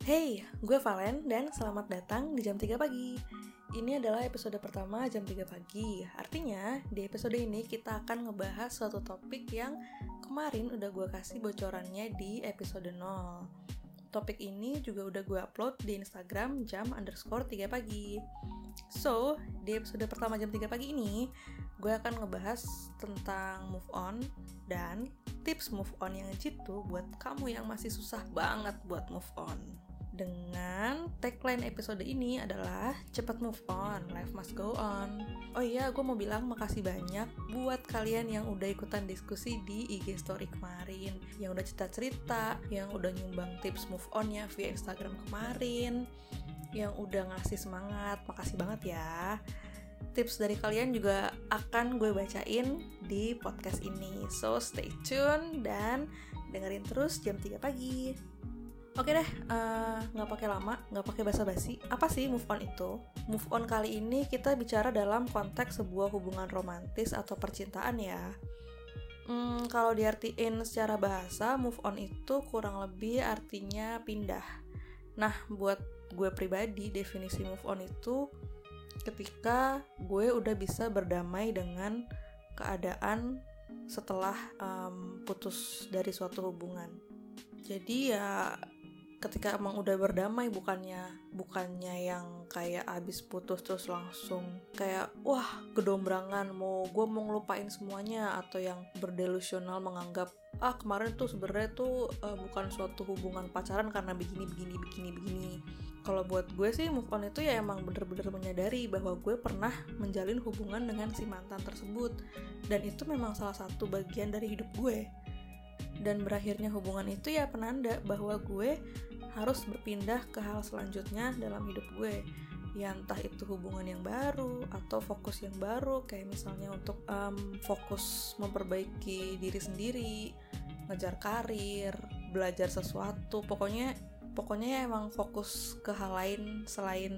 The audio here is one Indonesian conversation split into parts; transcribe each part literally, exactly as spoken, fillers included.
Hey, gue Valen dan selamat datang di jam tiga pagi. Ini adalah episode pertama jam tiga pagi. Artinya, di episode ini kita akan ngebahas suatu topik yang kemarin udah gue kasih bocorannya di episode nol. Topik ini juga udah gue upload di Instagram jam underscore tiga pagi. So, di episode pertama jam tiga pagi ini, gue akan ngebahas tentang move on dan tips move on yang jitu buat kamu yang masih susah banget buat move on. Dengan tagline episode ini adalah cepat move on, life must go on. Oh iya, gue mau bilang makasih banyak buat kalian yang udah ikutan diskusi di I G story kemarin, yang udah cerita-cerita, yang udah nyumbang tips move on-nya via Instagram kemarin, yang udah ngasih semangat. Makasih banget ya. Tips dari kalian juga akan gue bacain di podcast ini. So stay tune dan dengerin terus jam tiga pagi. Oke deh, nggak uh, pakai lama, nggak pakai basa-basi. Apa sih move on itu? Move on kali ini kita bicara dalam konteks sebuah hubungan romantis atau percintaan ya. Hmm, kalau diartiin secara bahasa, move on itu kurang lebih artinya pindah. Nah, buat gue pribadi, definisi move on itu ketika gue udah bisa berdamai dengan keadaan setelah um, putus dari suatu hubungan. Jadi ya ketika emang udah berdamai, bukannya bukannya yang kayak abis putus terus langsung kayak wah gedombrangan mau gue mau ngelupain semuanya, atau yang berdelusional menganggap ah kemarin tuh sebenarnya tuh uh, bukan suatu hubungan pacaran karena begini begini begini begini. Kalau buat gue sih move on itu ya emang bener-bener menyadari bahwa gue pernah menjalin hubungan dengan si mantan tersebut, dan itu memang salah satu bagian dari hidup gue. Dan berakhirnya hubungan itu ya penanda bahwa gue harus berpindah ke hal selanjutnya dalam hidup gue. Ya entah itu hubungan yang baru atau fokus yang baru, kayak misalnya untuk um, fokus memperbaiki diri sendiri, ngejar karir, belajar sesuatu. Pokoknya pokoknya ya emang fokus ke hal lain selain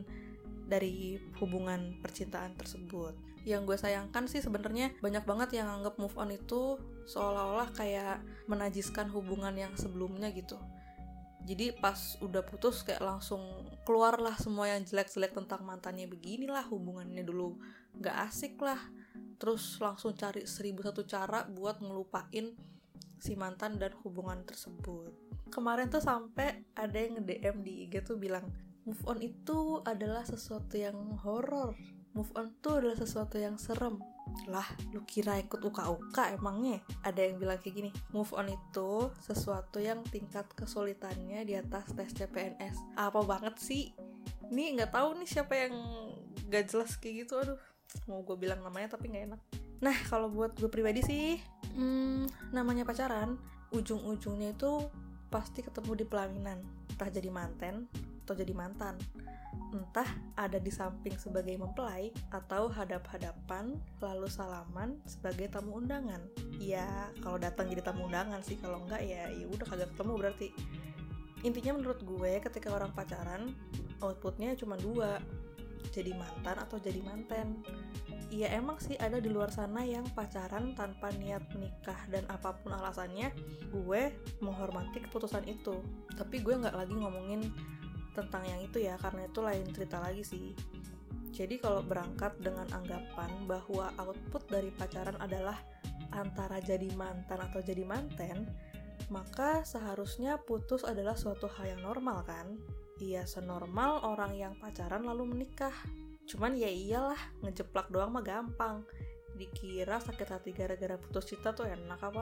dari hubungan percintaan tersebut. Yang gue sayangkan sih sebenarnya banyak banget yang anggap move on itu seolah-olah kayak menajiskan hubungan yang sebelumnya gitu. Jadi pas udah putus kayak langsung keluarlah semua yang jelek-jelek tentang mantannya, beginilah hubungannya dulu gak asik lah. Terus langsung cari seribu satu cara buat ngelupain si mantan dan hubungan tersebut. Kemarin tuh sampai ada yang nge-D M di I G tuh bilang, move on itu adalah sesuatu yang horor. Move on tuh adalah sesuatu yang serem. Lah, lu kira ikut U K U K emangnya? Ada yang bilang kayak gini, move on itu sesuatu yang tingkat kesulitannya di atas tes C P N S. Apa banget sih? Nih gak tahu nih siapa yang gak jelas kayak gitu. Aduh, mau gue bilang namanya tapi gak enak. Nah, kalau buat gue pribadi sih, hmm, namanya pacaran, ujung-ujungnya itu pasti ketemu di pelaminan. Entah jadi manten atau jadi mantan, entah ada di samping sebagai mempelai atau hadap-hadapan lalu salaman sebagai tamu undangan. Ya kalau datang jadi tamu undangan sih, kalau enggak ya ya udah kagak ketemu berarti. Intinya menurut gue ketika orang pacaran outputnya cuma dua, jadi mantan atau jadi manten. Iya emang sih ada di luar sana yang pacaran tanpa niat menikah, dan apapun alasannya gue menghormati keputusan itu. Tapi gue nggak lagi ngomongin tentang yang itu ya, karena itu lain cerita lagi sih. Jadi kalau berangkat dengan anggapan bahwa output dari pacaran adalah antara jadi mantan atau jadi manten, maka seharusnya putus adalah suatu hal yang normal kan? Iya, senormal orang yang pacaran lalu menikah. Cuman ya iyalah, ngejeplak doang mah gampang. Dikira sakit hati gara-gara putus cinta tuh enak apa?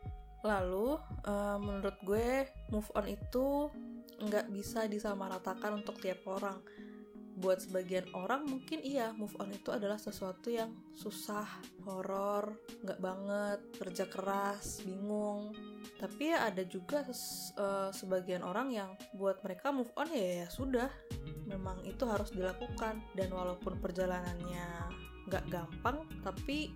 Lalu, uh, menurut gue move on itu nggak bisa disamaratakan untuk tiap orang. Buat sebagian orang mungkin iya, move on itu adalah sesuatu yang susah, horor, nggak banget, kerja keras, bingung. Tapi ya ada juga ses, uh, sebagian orang yang buat mereka move on ya, ya sudah, memang itu harus dilakukan. Dan walaupun perjalanannya nggak gampang, tapi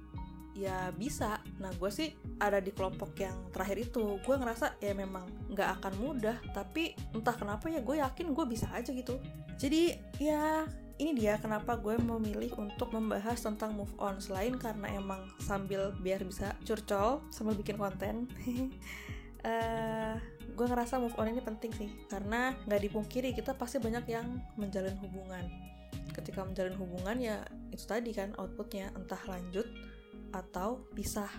ya bisa. Nah gue sih ada di kelompok yang terakhir itu. Gue ngerasa ya memang gak akan mudah, tapi entah kenapa ya gue yakin gue bisa aja gitu. Jadi ya ini dia kenapa gue memilih untuk membahas tentang move on. Selain karena emang sambil biar bisa curcol sambil bikin konten, uh, gue ngerasa move on ini penting sih, karena nggak dipungkiri kita pasti banyak yang menjalin hubungan. Ketika menjalin hubungan ya itu tadi kan outputnya entah lanjut atau pisah.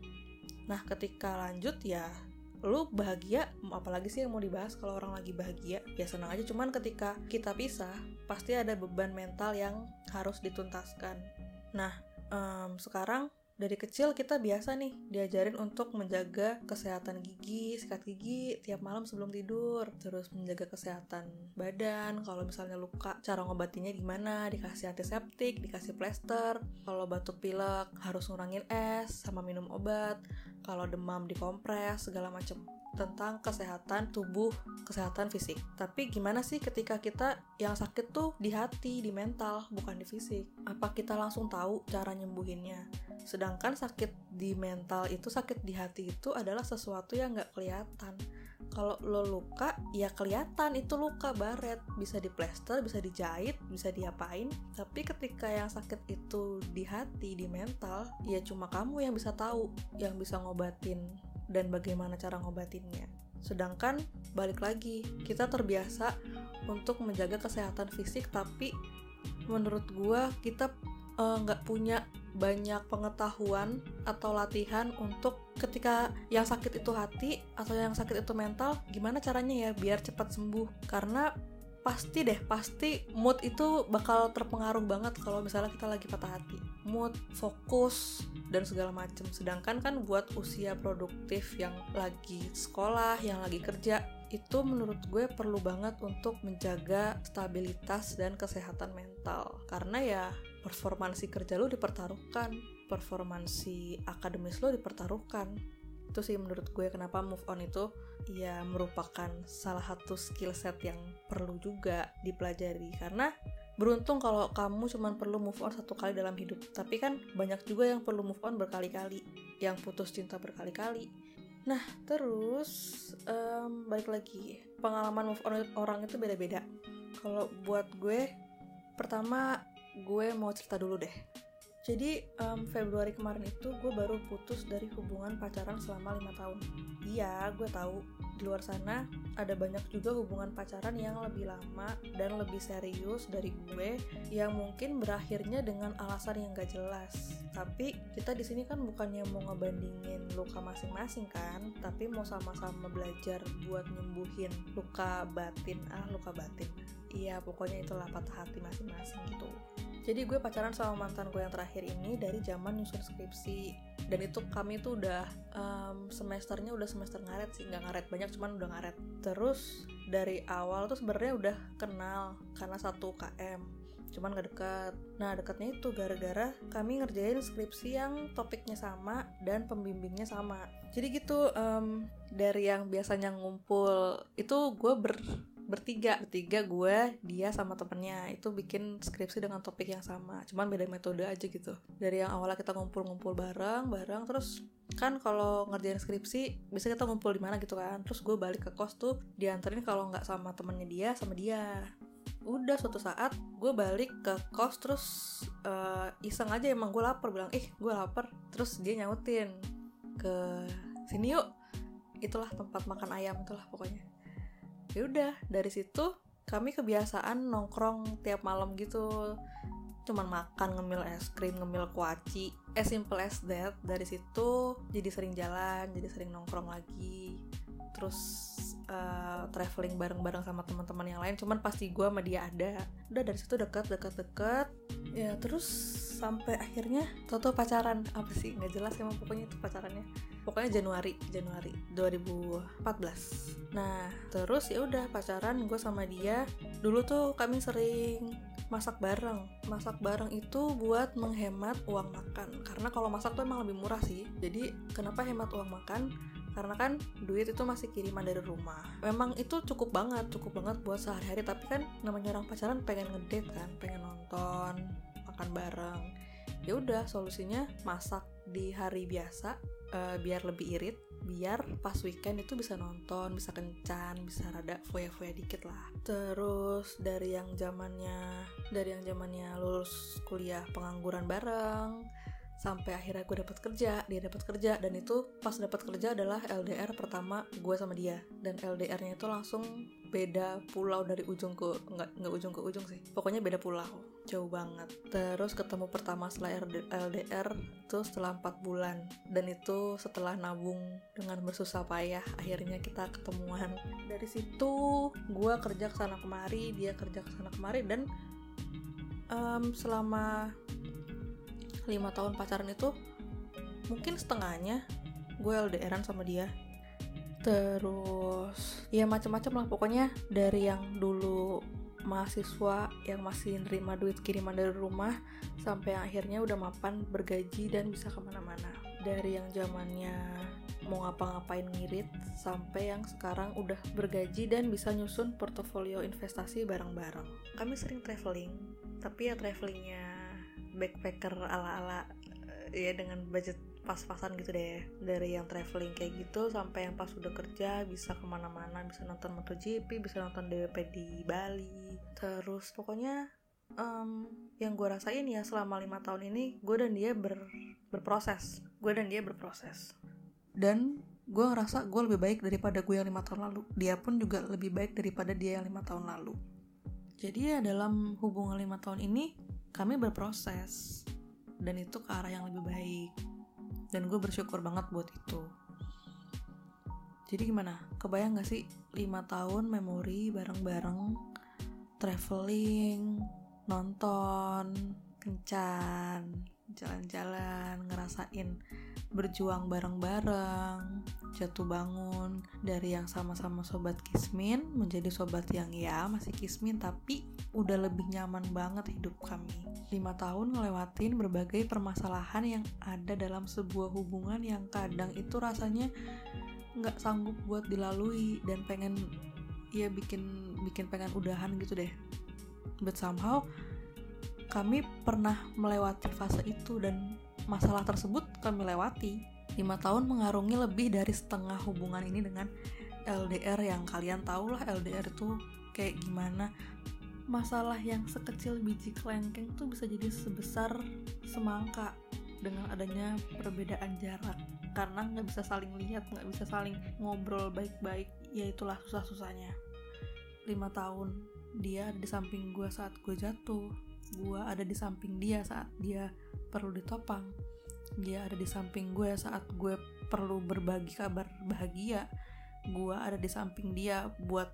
Nah ketika lanjut ya lu bahagia, apalagi sih yang mau dibahas kalau orang lagi bahagia, ya senang aja. Cuman ketika kita pisah pasti ada beban mental yang harus dituntaskan. Nah um, sekarang dari kecil kita biasa nih diajarin untuk menjaga kesehatan gigi, sikat gigi tiap malam sebelum tidur. Terus menjaga kesehatan badan, kalau misalnya luka cara ngobatinnya gimana, dikasih antiseptik, dikasih plester. Kalau batuk pilek harus ngurangin es sama minum obat. Kalau demam dikompres, segala macem. Tentang kesehatan tubuh, kesehatan fisik. Tapi gimana sih ketika kita yang sakit tuh di hati, di mental, bukan di fisik? Apa kita langsung tahu cara nyembuhinnya? Sedangkan sakit di mental itu, sakit di hati itu adalah sesuatu yang gak kelihatan. Kalau lo luka, ya kelihatan itu luka baret, bisa diplester, bisa dijahit, bisa diapain. Tapi ketika yang sakit itu di hati, di mental, ya cuma kamu yang bisa tahu, yang bisa ngobatin dan bagaimana cara ngobatinnya. Sedangkan balik lagi, kita terbiasa untuk menjaga kesehatan fisik, tapi menurut gua kita nggak uh, punya banyak pengetahuan atau latihan untuk ketika yang sakit itu hati atau yang sakit itu mental, gimana caranya ya biar cepat sembuh. Karena pasti deh, pasti mood itu bakal terpengaruh banget kalau misalnya kita lagi patah hati. Mood, fokus, dan segala macem. Sedangkan kan buat usia produktif yang lagi sekolah, yang lagi kerja, itu menurut gue perlu banget untuk menjaga stabilitas dan kesehatan mental. Karena ya performansi kerja lo dipertaruhkan, performansi akademis lo dipertaruhkan. Itu sih menurut gue kenapa move on itu ya merupakan salah satu skill set yang perlu juga dipelajari. Karena beruntung kalau kamu cuma perlu move on satu kali dalam hidup, tapi kan banyak juga yang perlu move on berkali-kali, yang putus cinta berkali-kali. Nah terus um, balik lagi, pengalaman move on orang itu beda-beda. Kalau buat gue, pertama gue mau cerita dulu deh. Jadi um, Februari kemarin itu gue baru putus dari hubungan pacaran selama lima tahun. Iya, gue tahu di luar sana ada banyak juga hubungan pacaran yang lebih lama dan lebih serius dari gue, yang mungkin berakhirnya dengan alasan yang gak jelas. Tapi kita di sini kan bukannya mau ngebandingin luka masing-masing kan, tapi mau sama-sama belajar buat nyembuhin luka batin. Ah, luka batin. Iya, pokoknya itulah patah hati masing-masing gitu. Jadi gue pacaran sama mantan gue yang terakhir ini dari zaman nyusun skripsi. Dan itu kami tuh udah um, semesternya udah semester ngaret sih, nggak ngaret banyak, cuman udah ngaret. Terus dari awal tuh sebenarnya udah kenal karena satu U K M, cuman nggak deket. Nah deketnya itu gara-gara kami ngerjain skripsi yang topiknya sama dan pembimbingnya sama. Jadi gitu um, dari yang biasanya ngumpul itu gue ber bertiga bertiga gue, dia sama temennya itu bikin skripsi dengan topik yang sama, cuman beda metode aja gitu. Dari yang awalnya kita ngumpul-ngumpul bareng-bareng, terus kan kalau ngerjain skripsi biasanya kita ngumpul di mana gitu kan. Terus gue balik ke kos tuh dianterin kalau nggak sama temennya dia, sama dia. Udah suatu saat gue balik ke kos, terus uh, iseng aja emang gue lapar, bilang ih gue lapar. Terus dia nyautin ke sini yuk, itulah tempat makan ayam itulah pokoknya. Ya udah dari situ kami kebiasaan nongkrong tiap malam gitu, cuman makan, ngemil es krim, ngemil kuaci, as simple as that. Dari situ jadi sering jalan, jadi sering nongkrong lagi, terus uh, traveling bareng-bareng sama teman-teman yang lain, cuman pasti gue sama dia ada. Udah dari situ deket deket deket ya, terus sampai akhirnya toto pacaran. Apa sih nggak jelas emang, pokoknya itu pacarannya pokoknya Januari Januari dua ribu empat belas. Nah terus ya udah pacaran gue sama dia. Dulu tuh kami sering masak bareng. Masak bareng itu buat menghemat uang makan, karena kalau masak tuh emang lebih murah sih. Jadi kenapa hemat uang makan? Karena kan duit itu masih kiriman dari rumah. Memang itu cukup banget, cukup banget buat sehari-hari. Tapi kan namanya orang pacaran pengen ngedate kan, pengen nonton, makan bareng. Ya udah solusinya masak di hari biasa, uh, biar lebih irit, biar pas weekend itu bisa nonton, bisa kencan, bisa rada foya-foya dikit lah. Terus dari yang zamannya dari yang zamannya lulus kuliah pengangguran bareng, sampai akhirnya gue dapat kerja, dia dapat kerja, dan itu pas dapat kerja adalah L D R pertama gue sama dia. Dan L D R-nya itu langsung beda pulau dari ujung ke nggak nggak ujung ke ujung sih, pokoknya beda pulau, jauh banget. Terus ketemu pertama setelah L D R itu setelah empat bulan, dan itu setelah nabung dengan bersusah payah akhirnya kita ketemuan. Dari situ gue kerja kesana kemari, dia kerja kesana kemari, dan um, selama lima tahun pacaran itu mungkin setengahnya gue L D R-an sama dia. Terus ya macam-macam lah pokoknya, dari yang dulu mahasiswa yang masih nerima duit kiriman dari rumah sampai yang akhirnya udah mapan, bergaji, dan bisa kemana-mana. Dari yang zamannya mau ngapa-ngapain ngirit sampai yang sekarang udah bergaji dan bisa nyusun portofolio investasi bareng-bareng. Kami sering traveling, tapi ya travelingnya backpacker ala-ala ya, dengan budget pas-pasan gitu deh. Dari yang traveling kayak gitu sampai yang pas udah kerja bisa kemana-mana, bisa nonton MotoGP, bisa nonton D W P di Bali. Terus pokoknya um, yang gue rasain ya selama lima tahun ini, gue dan dia ber, berproses gue dan dia berproses dan gue ngerasa gue lebih baik daripada gue yang lima tahun lalu. Dia pun juga lebih baik daripada dia yang lima tahun lalu. Jadi ya dalam hubungan lima tahun ini kami berproses, dan itu ke arah yang lebih baik, dan gue bersyukur banget buat itu. Jadi gimana? Kebayang gak sih lima tahun memori bareng-bareng, traveling, nonton, kencan, jalan-jalan, ngerasain berjuang bareng-bareng, jatuh bangun, dari yang sama-sama sobat kismin menjadi sobat yang ya masih kismin tapi udah lebih nyaman banget hidup kami. Lima tahun ngelewatin berbagai permasalahan yang ada dalam sebuah hubungan yang kadang itu rasanya nggak sanggup buat dilalui dan pengen ya bikin bikin pengen udahan gitu deh. But somehow kami pernah melewati fase itu dan masalah tersebut kami lewati. Lima tahun mengarungi lebih dari setengah hubungan ini dengan L D R yang kalian tahu lah L D R itu kayak gimana. Masalah yang sekecil biji kelengkeng tuh bisa jadi sebesar semangka dengan adanya perbedaan jarak, karena nggak bisa saling lihat, nggak bisa saling ngobrol baik-baik. Ya itulah susah-susahnya. Lima tahun dia ada di samping gue saat gue jatuh, gue ada di samping dia saat dia perlu ditopang, dia ada di samping gue saat gue perlu berbagi kabar bahagia, gue ada di samping dia buat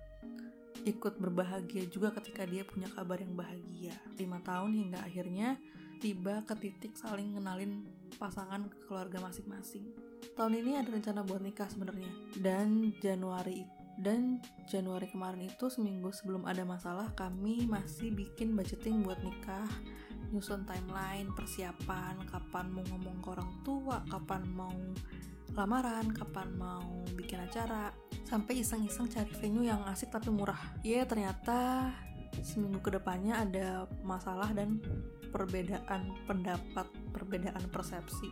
ikut berbahagia juga ketika dia punya kabar yang bahagia. Lima tahun hingga akhirnya tiba ke titik saling ngenalin pasangan ke keluarga masing-masing. Tahun ini ada rencana buat nikah sebenarnya, dan Januari dan Januari kemarin itu seminggu sebelum ada masalah kami masih bikin budgeting buat nikah, nyusun timeline, persiapan, kapan mau ngomong ke orang tua, kapan mau lamaran, kapan mau bikin acara, sampai iseng-iseng cari venue yang asik tapi murah. Ya ternyata seminggu kedepannya ada masalah dan perbedaan pendapat, perbedaan persepsi.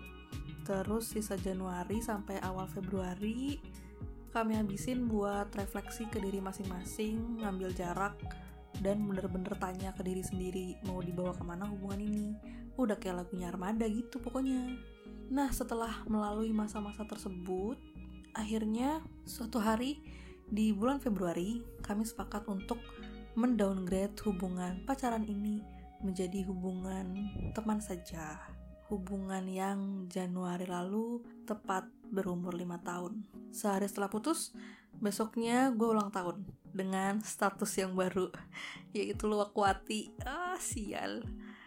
Terus sisa Januari sampai awal Februari kami habisin buat refleksi ke diri masing-masing, ngambil jarak, dan bener-bener tanya ke diri sendiri mau dibawa kemana hubungan ini. Udah kayak lagunya Armada gitu pokoknya. Nah setelah melalui masa-masa tersebut, akhirnya suatu hari di bulan Februari kami sepakat untuk mendowngrade hubungan pacaran ini menjadi hubungan teman saja. Hubungan yang Januari lalu tepat berumur lima tahun. Sehari setelah putus, besoknya gue ulang tahun dengan status yang baru, yaitu Luwakwati. Ah sial.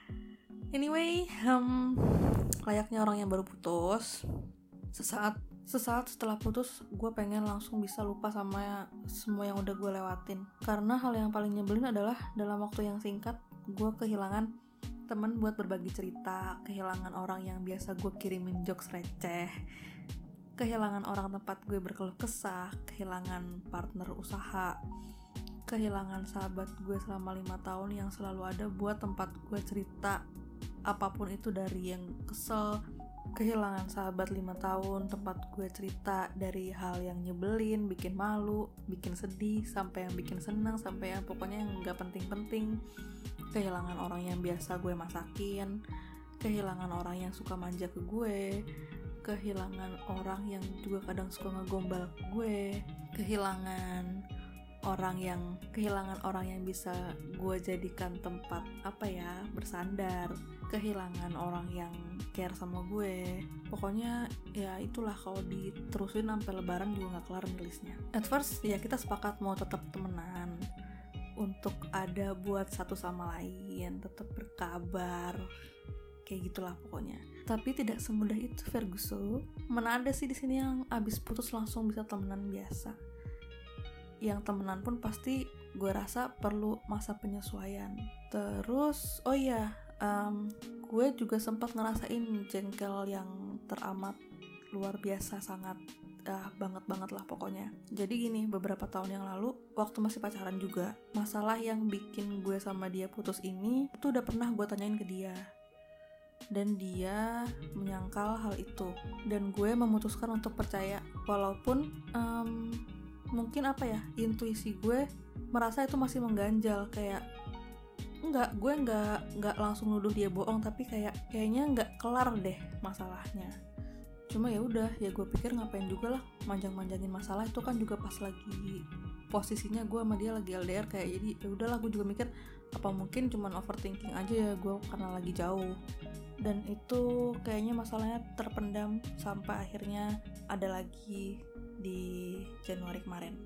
Anyway, um, layaknya orang yang baru putus, sesaat sesaat setelah putus gue pengen langsung bisa lupa sama semua yang udah gue lewatin. Karena hal yang paling nyebelin adalah dalam waktu yang singkat gue kehilangan teman buat berbagi cerita, kehilangan orang yang biasa gue kirimin jokes receh, kehilangan orang tempat gue berkeluh kesah, kehilangan partner usaha, kehilangan sahabat gue selama lima tahun yang selalu ada buat tempat gue cerita apapun itu, dari yang kesel, kehilangan sahabat lima tahun tempat gue cerita dari hal yang nyebelin, bikin malu, bikin sedih, sampai yang bikin senang, sampai yang pokoknya yang gak penting-penting, kehilangan orang yang biasa gue masakin, kehilangan orang yang suka manja ke gue, kehilangan orang yang juga kadang suka ngegombal ke gue, kehilangan orang yang kehilangan orang yang bisa gue jadikan tempat apa ya bersandar, kehilangan orang yang care sama gue. Pokoknya ya itulah, kalau diterusin sampai lebaran juga nggak kelar nulisnya. At first ya kita sepakat mau tetap temenan, untuk ada buat satu sama lain, tetap berkabar, kayak gitulah pokoknya. Tapi tidak semudah itu, Ferguson. Mana ada sih di sini yang abis putus langsung bisa temenan biasa. Yang temenan pun pasti gue rasa perlu masa penyesuaian. Terus oh iya, um, gue juga sempat ngerasain jengkel yang teramat luar biasa, sangat uh, banget-banget lah pokoknya. Jadi gini, beberapa tahun yang lalu waktu masih pacaran juga, masalah yang bikin gue sama dia putus ini itu udah pernah gue tanyain ke dia, dan dia menyangkal hal itu, dan gue memutuskan untuk percaya walaupun um, mungkin apa ya, intuisi gue merasa itu masih mengganjal, kayak enggak, gue enggak enggak langsung nuduh dia bohong, tapi kayak kayaknya enggak kelar deh masalahnya. Cuma ya udah, ya gue pikir ngapain juga lah manjang-manjangin masalah, itu kan juga pas lagi posisinya gue sama dia lagi L D R, kayak jadi ya udahlah, gue juga mikir apa mungkin cuman overthinking aja ya gue karena lagi jauh. Dan itu kayaknya masalahnya terpendam sampai akhirnya ada lagi di Januari kemarin.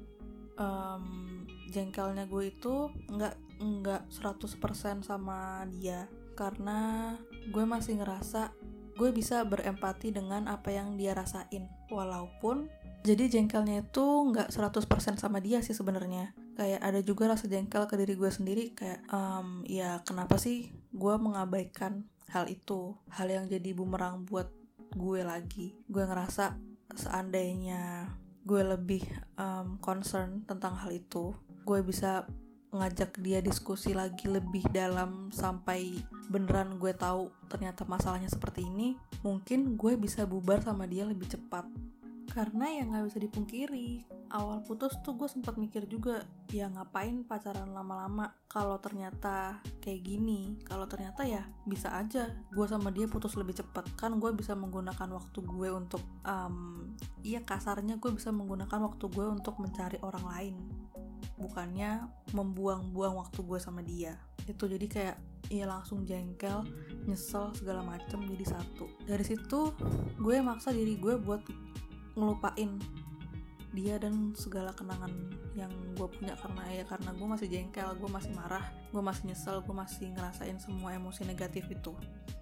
Um, jengkelnya gue itu nggak nggak seratus persen sama dia, karena gue masih ngerasa gue bisa berempati dengan apa yang dia rasain. Walaupun jadi jengkelnya itu nggak seratus persen sama dia sih sebenarnya. Kayak ada juga rasa jengkel ke diri gue sendiri, kayak um, ya kenapa sih gue mengabaikan hal itu, hal yang jadi bumerang buat gue lagi. Gue ngerasa seandainya gue lebih um, concern tentang hal itu, gue bisa ngajak dia diskusi lagi lebih dalam sampai beneran gue tahu ternyata masalahnya seperti ini, mungkin gue bisa bubar sama dia lebih cepat. Karena ya gak bisa dipungkiri, awal putus tuh gue sempat mikir juga, ya ngapain pacaran lama-lama kalau ternyata kayak gini, kalau ternyata ya bisa aja gue sama dia putus lebih cepat. Kan gue bisa menggunakan waktu gue untuk um, iya kasarnya gue bisa menggunakan waktu gue untuk mencari orang lain, bukannya membuang-buang waktu gue sama dia. Itu jadi kayak iya langsung jengkel, nyesel segala macem jadi satu. Dari situ gue maksa diri gue buat ngelupain dia dan segala kenangan yang gue punya, karena ya karena gue masih jengkel, gue masih marah, gue masih nyesel, gue masih ngerasain semua emosi negatif itu.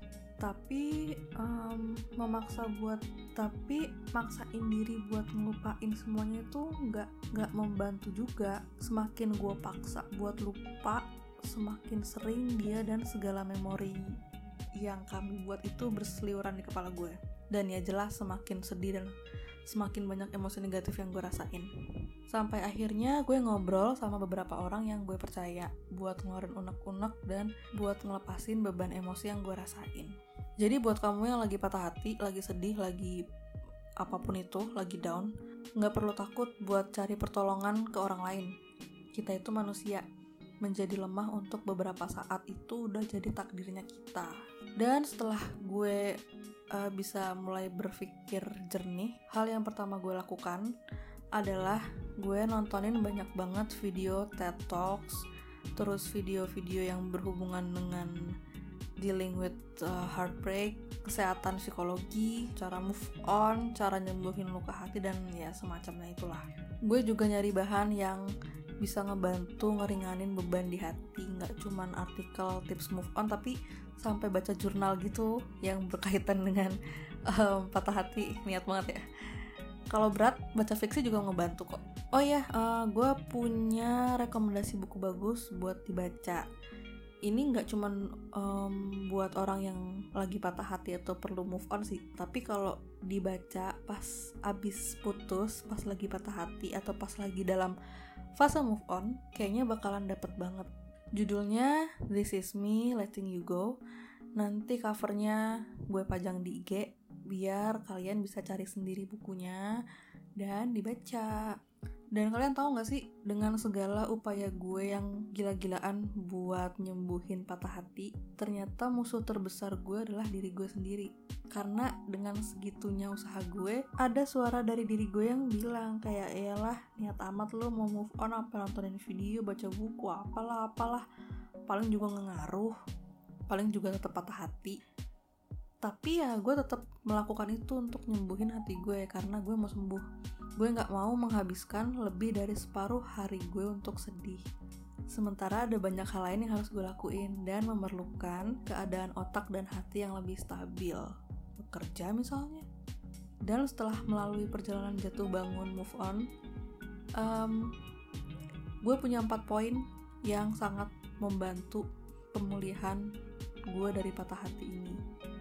Tapi um, memaksa buat tapi maksain diri buat ngelupain semuanya itu nggak nggak membantu juga. Semakin gue paksa buat lupa, semakin sering dia dan segala memori yang kami buat itu berseliweran di kepala gue. Dan ya jelas semakin sedih dan semakin banyak emosi negatif yang gue rasain. Sampai akhirnya gue ngobrol sama beberapa orang yang gue percaya buat ngeluarin unek-unek dan buat ngelepasin beban emosi yang gue rasain. Jadi buat kamu yang lagi patah hati, lagi sedih, lagi apapun itu, lagi down, gak perlu takut buat cari pertolongan ke orang lain. Kita itu manusia, menjadi lemah untuk beberapa saat itu udah jadi takdirnya kita. Dan setelah gue uh, bisa mulai berpikir jernih, hal yang pertama gue lakukan adalah gue nontonin banyak banget video TED Talks, terus video-video yang berhubungan dengan dealing with uh, heartbreak, kesehatan psikologi, cara move on, cara nyembuhin luka hati, dan ya semacamnya itulah. Gue juga nyari bahan yang bisa ngebantu ngeringanin beban di hati, nggak cuman artikel tips move on, tapi sampai baca jurnal gitu yang berkaitan dengan um, patah hati. Niat banget ya. Kalau berat, baca fiksi juga ngebantu kok. Oh ya, uh, gue punya rekomendasi buku bagus buat dibaca. Ini nggak cuman um, buat orang yang lagi patah hati atau perlu move on sih, tapi kalau dibaca pas abis putus, pas lagi patah hati atau pas lagi dalam fase move on, kayaknya bakalan dapet banget. Judulnya This Is Me Letting You Go. Nanti covernya gue pajang di I G biar kalian bisa cari sendiri bukunya dan dibaca. Dan kalian tahu gak sih, dengan segala upaya gue yang gila-gilaan buat nyembuhin patah hati, ternyata musuh terbesar gue adalah diri gue sendiri. Karena dengan segitunya usaha gue, ada suara dari diri gue yang bilang kayak, iyalah niat amat lo mau move on, apa nontonin video, baca buku, apalah apalah, paling juga gak ngaruh, paling juga tetap patah hati. Tapi ya gue tetap melakukan itu untuk nyembuhin hati gue, karena gue mau sembuh. Gue gak mau menghabiskan lebih dari separuh hari gue untuk sedih. Sementara ada banyak hal lain yang harus gue lakuin dan memerlukan keadaan otak dan hati yang lebih stabil. Bekerja misalnya. Dan setelah melalui perjalanan jatuh bangun move on, um, gue punya empat poin yang sangat membantu pemulihan gue dari patah hati ini.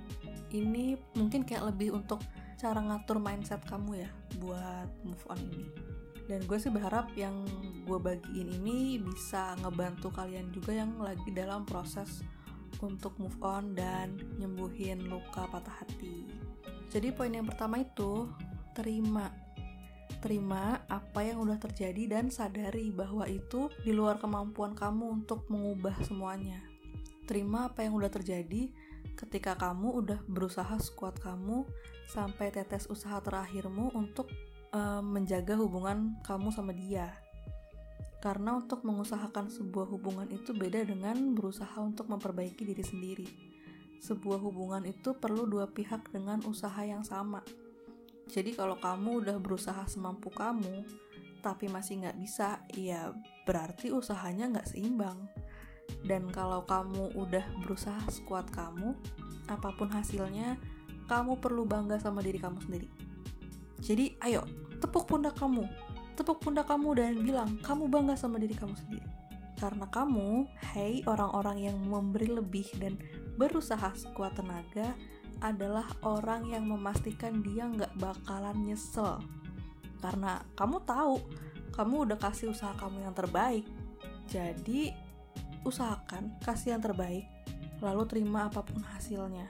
Ini mungkin kayak lebih untuk cara ngatur mindset kamu ya buat move on ini. Dan gue sih berharap yang gue bagiin ini bisa ngebantu kalian juga yang lagi dalam proses untuk move on dan nyembuhin luka patah hati. Jadi poin yang pertama itu, terima. Terima apa yang udah terjadi dan sadari bahwa itu di luar kemampuan kamu untuk mengubah semuanya. Terima apa yang udah terjadi ketika kamu udah berusaha sekuat kamu sampai tetes usaha terakhirmu untuk uh, menjaga hubungan kamu sama dia. Karena untuk mengusahakan sebuah hubungan itu beda dengan berusaha untuk memperbaiki diri sendiri. Sebuah hubungan itu perlu dua pihak dengan usaha yang sama. Jadi kalau kamu udah berusaha semampu kamu, tapi masih gak bisa, ya berarti usahanya gak seimbang. Dan kalau kamu udah berusaha sekuat kamu, apapun hasilnya, kamu perlu bangga sama diri kamu sendiri. Jadi ayo, tepuk pundak kamu. Tepuk pundak kamu dan bilang, kamu bangga sama diri kamu sendiri. Karena kamu, hey orang-orang yang memberi lebih dan berusaha sekuat tenaga, adalah orang yang memastikan dia gak bakalan nyesel. Karena kamu tahu, kamu udah kasih usaha kamu yang terbaik. Jadi, usahakan kasih yang terbaik, lalu terima apapun hasilnya.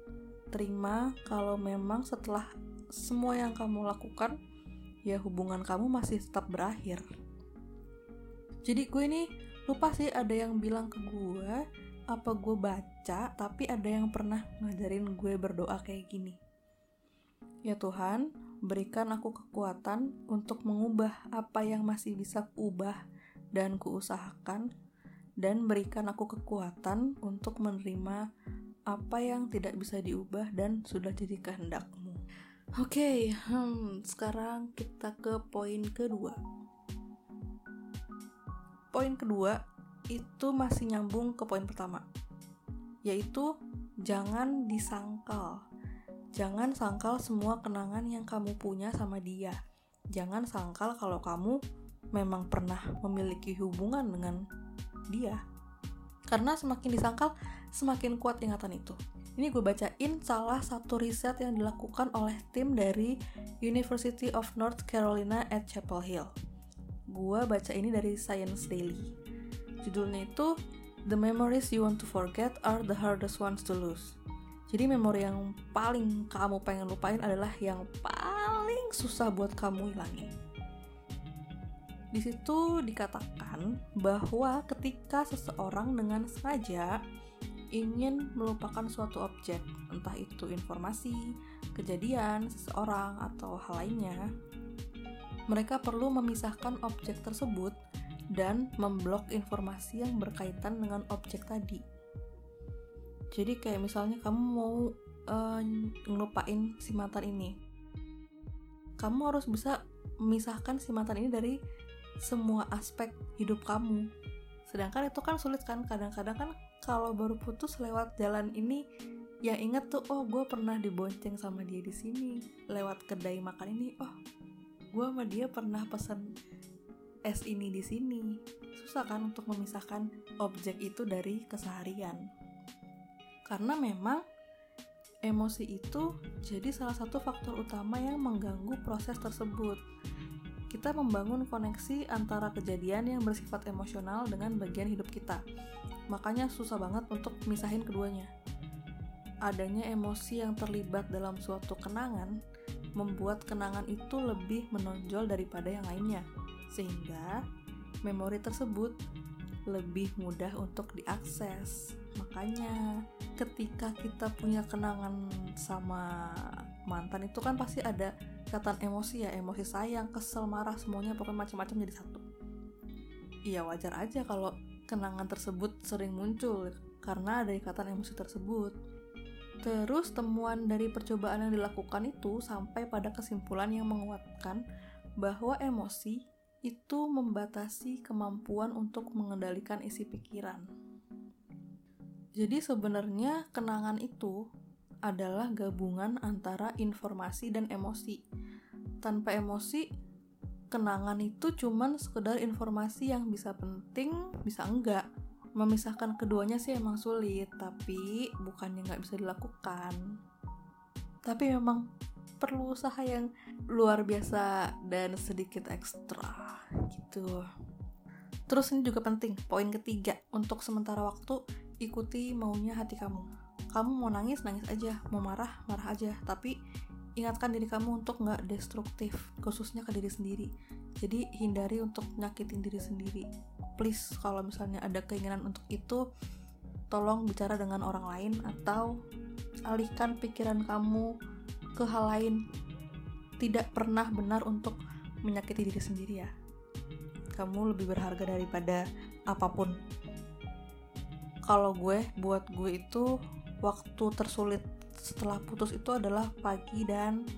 Terima kalau memang setelah semua yang kamu lakukan, ya hubungan kamu masih tetap berakhir. Jadi gue ini lupa sih ada yang bilang ke gue, apa gue baca, tapi ada yang pernah ngajarin gue berdoa kayak gini. Ya Tuhan, berikan aku kekuatan untuk mengubah apa yang masih bisa kuubah dan kuusahakan, dan berikan aku kekuatan untuk menerima apa yang tidak bisa diubah dan sudah jadi kehendak-Mu. Oke, okay, hmm, sekarang kita ke poin kedua. Poin kedua itu masih nyambung ke poin pertama, yaitu jangan disangkal. Jangan sangkal semua kenangan yang kamu punya sama dia. Jangan sangkal kalau kamu memang pernah memiliki hubungan dengan dia. Karena semakin disangkal, semakin kuat ingatan itu. Ini gue bacain salah satu riset yang dilakukan oleh tim dari University of North Carolina at Chapel Hill. Gue baca ini dari Science Daily. Judulnya itu, The Memories You Want to Forget Are the Hardest Ones to Lose. Jadi memori yang paling kamu pengen lupain adalah yang paling susah buat kamu hilangin. Di situ dikatakan bahwa ketika seseorang dengan sengaja ingin melupakan suatu objek, entah itu informasi, kejadian, seseorang, atau hal lainnya, mereka perlu memisahkan objek tersebut dan memblok informasi yang berkaitan dengan objek tadi. Jadi kayak misalnya kamu mau uh, ngelupain si mantan ini, kamu harus bisa memisahkan si mantan ini dari semua aspek hidup kamu. Sedangkan itu kan sulit kan, kadang-kadang kan kalau baru putus lewat jalan ini, ya inget tuh, oh gue pernah dibonceng sama dia di sini, lewat kedai makan ini, oh gue sama dia pernah pesan es ini di sini. Susah kan untuk memisahkan objek itu dari keseharian. Karena memang emosi itu jadi salah satu faktor utama yang mengganggu proses tersebut. Kita membangun koneksi antara kejadian yang bersifat emosional dengan bagian hidup kita. Makanya susah banget untuk misahin keduanya. Adanya emosi yang terlibat dalam suatu kenangan membuat kenangan itu lebih menonjol daripada yang lainnya. sehingga memori tersebut lebih mudah untuk diakses. Makanya ketika kita punya kenangan sama mantan itu kan pasti ada ikatan emosi ya, emosi sayang, kesel, marah, semuanya pokoknya macam-macam jadi satu. Iya, wajar aja kalau kenangan tersebut sering muncul karena ada ikatan emosi tersebut. Terus temuan dari percobaan yang dilakukan itu sampai pada kesimpulan yang menguatkan bahwa emosi itu membatasi kemampuan untuk mengendalikan isi pikiran. Jadi sebenarnya kenangan itu adalah gabungan antara informasi dan emosi. Tanpa emosi, kenangan itu cuman sekedar informasi yang bisa penting, bisa enggak. Memisahkan keduanya sih emang sulit, tapi bukannya nggak bisa dilakukan. Tapi memang perlu usaha yang luar biasa dan sedikit ekstra gitu. Terus ini juga penting, poin ketiga, untuk sementara waktu ikuti maunya hati kamu. Kamu mau nangis, nangis aja, mau marah, marah aja, tapi ingatkan diri kamu untuk nggak destruktif, khususnya ke diri sendiri. Jadi hindari untuk nyakitin diri sendiri. Please, kalau misalnya ada keinginan untuk itu, tolong bicara dengan orang lain atau alihkan pikiran kamu ke hal lain. Tidak pernah benar untuk menyakiti diri sendiri ya. Kamu lebih berharga daripada apapun. Kalau gue, buat gue itu waktu tersulit setelah putus itu adalah pagi dan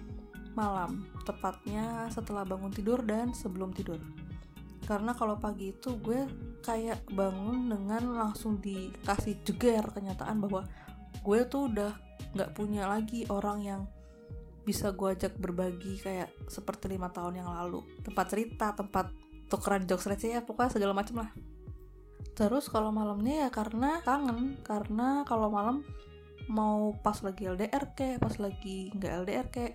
malam. Tepatnya setelah bangun tidur dan sebelum tidur. Karena kalau pagi itu gue kayak bangun dengan langsung dikasih jeger kenyataan bahwa gue tuh udah gak punya lagi orang yang bisa gue ajak berbagi kayak seperti lima tahun yang lalu. Tempat cerita, tempat tukeran jokes receh ya, pokoknya segala macem lah. Terus kalau malamnya ya karena kangen. Karena kalau malam mau pas lagi L D R kek, pas lagi gak L D R kek,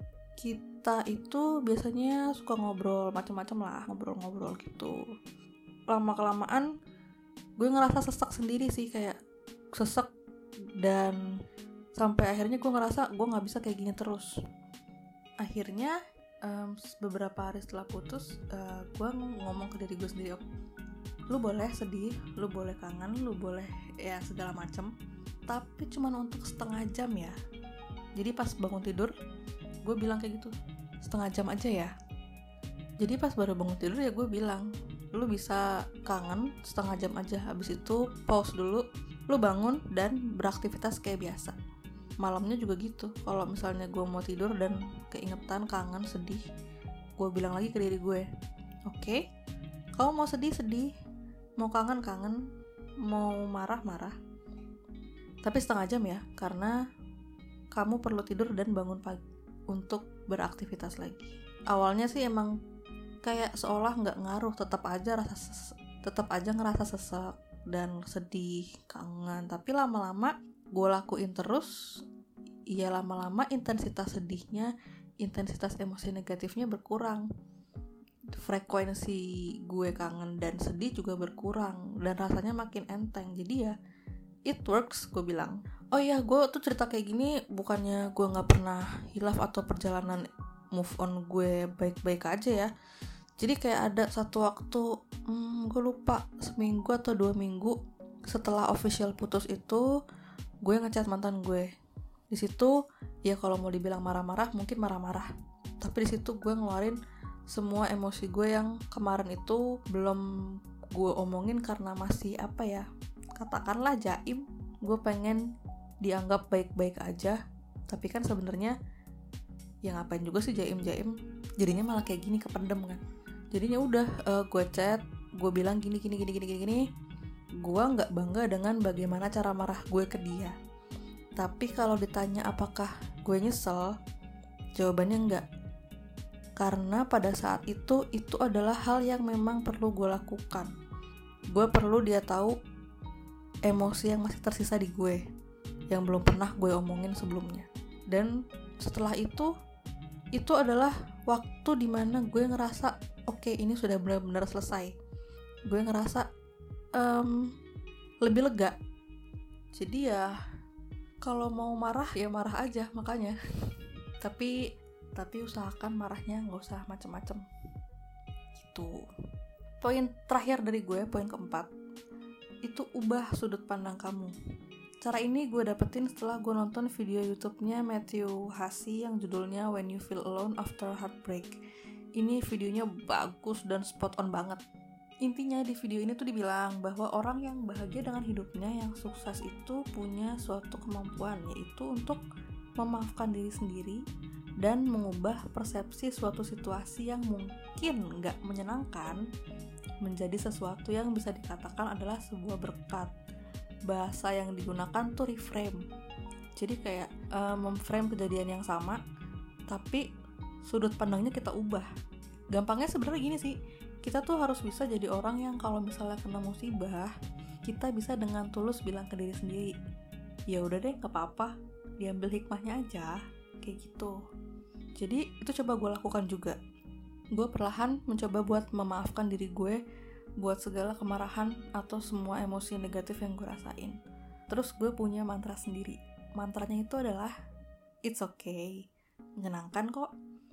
kita itu biasanya suka ngobrol macam-macam lah, ngobrol-ngobrol gitu. Lama-kelamaan gue ngerasa sesek sendiri sih, kayak sesek, dan sampai akhirnya gue ngerasa gue nggak bisa kayak gini terus. Akhirnya um, beberapa hari setelah putus, uh, gue ngomong ke diri gue sendiri, lu boleh sedih, lu boleh kangen, lu boleh ya segala macem, tapi cuman untuk setengah jam ya. Jadi pas bangun tidur gue bilang kayak gitu, setengah jam aja ya. Jadi pas baru bangun tidur ya gue bilang, lu bisa kangen setengah jam aja, habis itu pause dulu, lu bangun dan beraktivitas kayak biasa. Malamnya juga gitu, kalau misalnya gue mau tidur dan keingetan, kangen, sedih, gue bilang lagi ke diri gue, oke, okay, kamu mau sedih-sedih, mau kangen-kangen, mau marah-marah, tapi setengah jam ya, karena kamu perlu tidur dan bangun pagi untuk beraktivitas lagi. Awalnya sih emang kayak seolah nggak ngaruh, tetap aja rasa ses- tetap aja ngerasa sesak dan sedih, kangen. Tapi lama-lama gue lakuin terus, ya lama-lama intensitas sedihnya, intensitas emosi negatifnya berkurang. Frekuensi gue kangen dan sedih juga berkurang dan rasanya makin enteng. Jadi ya it works, gue bilang. Oh iya, gue tuh cerita kayak gini bukannya gue gak pernah hilaf atau perjalanan move on gue baik-baik aja ya. Jadi kayak ada satu waktu, hmm, gue lupa, seminggu atau dua minggu setelah official putus itu, gue ngechat mantan gue. Di situ ya kalau mau dibilang marah-marah, mungkin marah-marah. Tapi di situ gue ngeluarin semua emosi gue yang kemarin itu belum gue omongin karena masih apa ya, katakanlah jaim. Gue pengen dianggap baik-baik aja, tapi kan sebenarnya ya ngapain juga sih jaim-jaim, jadinya malah kayak gini, kependem kan. Jadinya udah uh, gue chat, gue bilang gini gini gini gini gini. Gue nggak bangga dengan bagaimana cara marah gue ke dia. Tapi kalau ditanya apakah gue nyesel, jawabannya enggak. Karena pada saat itu itu adalah hal yang memang perlu gue lakukan. Gue perlu dia tahu emosi yang masih tersisa di gue, yang belum pernah gue omongin sebelumnya. Dan setelah itu, itu adalah waktu dimana gue ngerasa, oke, okay, ini sudah benar-benar selesai. Gue ngerasa um, lebih lega. Jadi ya, kalau mau marah, ya marah aja, makanya. Tapi, tapi usahakan marahnya nggak usah macem-macem. gitu. Poin terakhir dari gue, poin keempat, itu ubah sudut pandang kamu. Cara ini gue dapetin setelah gue nonton video YouTube-nya Matthew Hussey yang judulnya When You Feel Alone After Heartbreak. Ini videonya bagus dan spot on banget. Intinya di video ini tuh dibilang bahwa orang yang bahagia dengan hidupnya, yang sukses itu punya suatu kemampuan, yaitu untuk memaafkan diri sendiri dan mengubah persepsi suatu situasi yang mungkin gak menyenangkan menjadi sesuatu yang bisa dikatakan adalah sebuah berkat. Bahasa yang digunakan tuh reframe. Jadi kayak uh, memframe kejadian yang sama, tapi sudut pandangnya kita ubah. Gampangnya sebenarnya gini sih, kita tuh harus bisa jadi orang yang kalau misalnya kena musibah, kita bisa dengan tulus bilang ke diri sendiri, ya udah deh, gak apa-apa, diambil hikmahnya aja, kayak gitu. Jadi itu coba gue lakukan juga. Gue perlahan mencoba buat memaafkan diri gue buat segala kemarahan atau semua emosi negatif yang gue rasain. Terus gue punya mantra sendiri. Mantranya itu adalah it's okay, menyenangkan kok.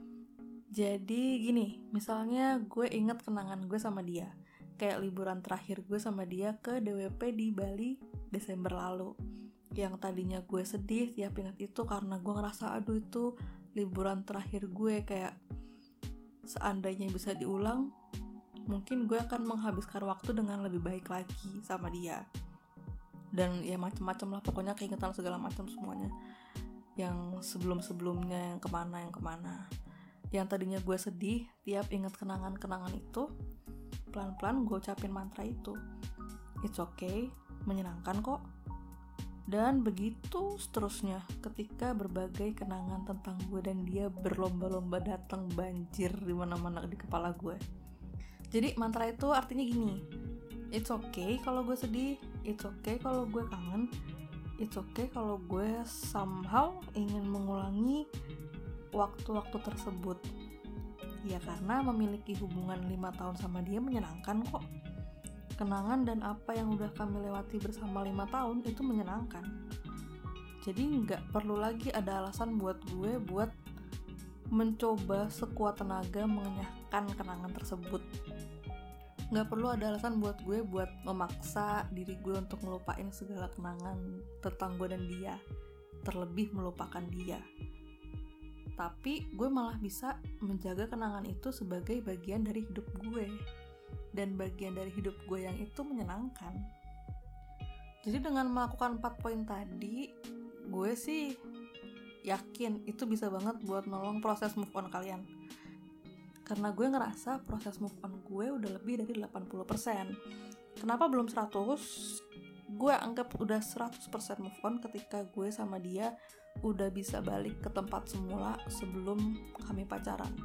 Jadi gini, misalnya gue inget kenangan gue sama dia, kayak liburan terakhir gue sama dia ke D W P di Bali Desember lalu. Yang tadinya gue sedih tiap ingat itu karena gue ngerasa aduh itu liburan terakhir gue, kayak seandainya bisa diulang, mungkin gue akan menghabiskan waktu dengan lebih baik lagi sama dia. Dan ya macam-macam lah, pokoknya keingetan segala macam semuanya. Yang sebelum-sebelumnya, yang kemana, yang kemana. Yang tadinya gue sedih, tiap ingat kenangan-kenangan itu, pelan-pelan gue ucapin mantra itu. It's okay, menyenangkan kok. Dan begitu seterusnya, ketika berbagai kenangan tentang gue dan dia berlomba-lomba datang banjir di mana-mana di kepala gue. Jadi mantra itu artinya gini, it's okay kalau gue sedih, it's okay kalau gue kangen, it's okay kalau gue somehow ingin mengulangi waktu-waktu tersebut. Ya karena memiliki hubungan lima tahun sama dia menyenangkan kok. Kenangan dan apa yang udah kami lewati bersama lima tahun itu menyenangkan. Jadi gak perlu lagi ada alasan buat gue buat mencoba sekuat tenaga mengenyahkan kenangan tersebut. Gak perlu ada alasan buat gue buat memaksa diri gue untuk melupain segala kenangan tentang gue dan dia, terlebih melupakan dia. Tapi gue malah bisa menjaga kenangan itu sebagai bagian dari hidup gue, dan bagian dari hidup gue yang itu menyenangkan. Jadi dengan melakukan empat poin tadi, gue sih yakin itu bisa banget buat nolong proses move on kalian. Karena gue ngerasa proses move on gue udah lebih dari delapan puluh persen. Kenapa belum seratus? Gue anggap udah seratus persen move on ketika gue sama dia udah bisa balik ke tempat semula sebelum kami pacaran.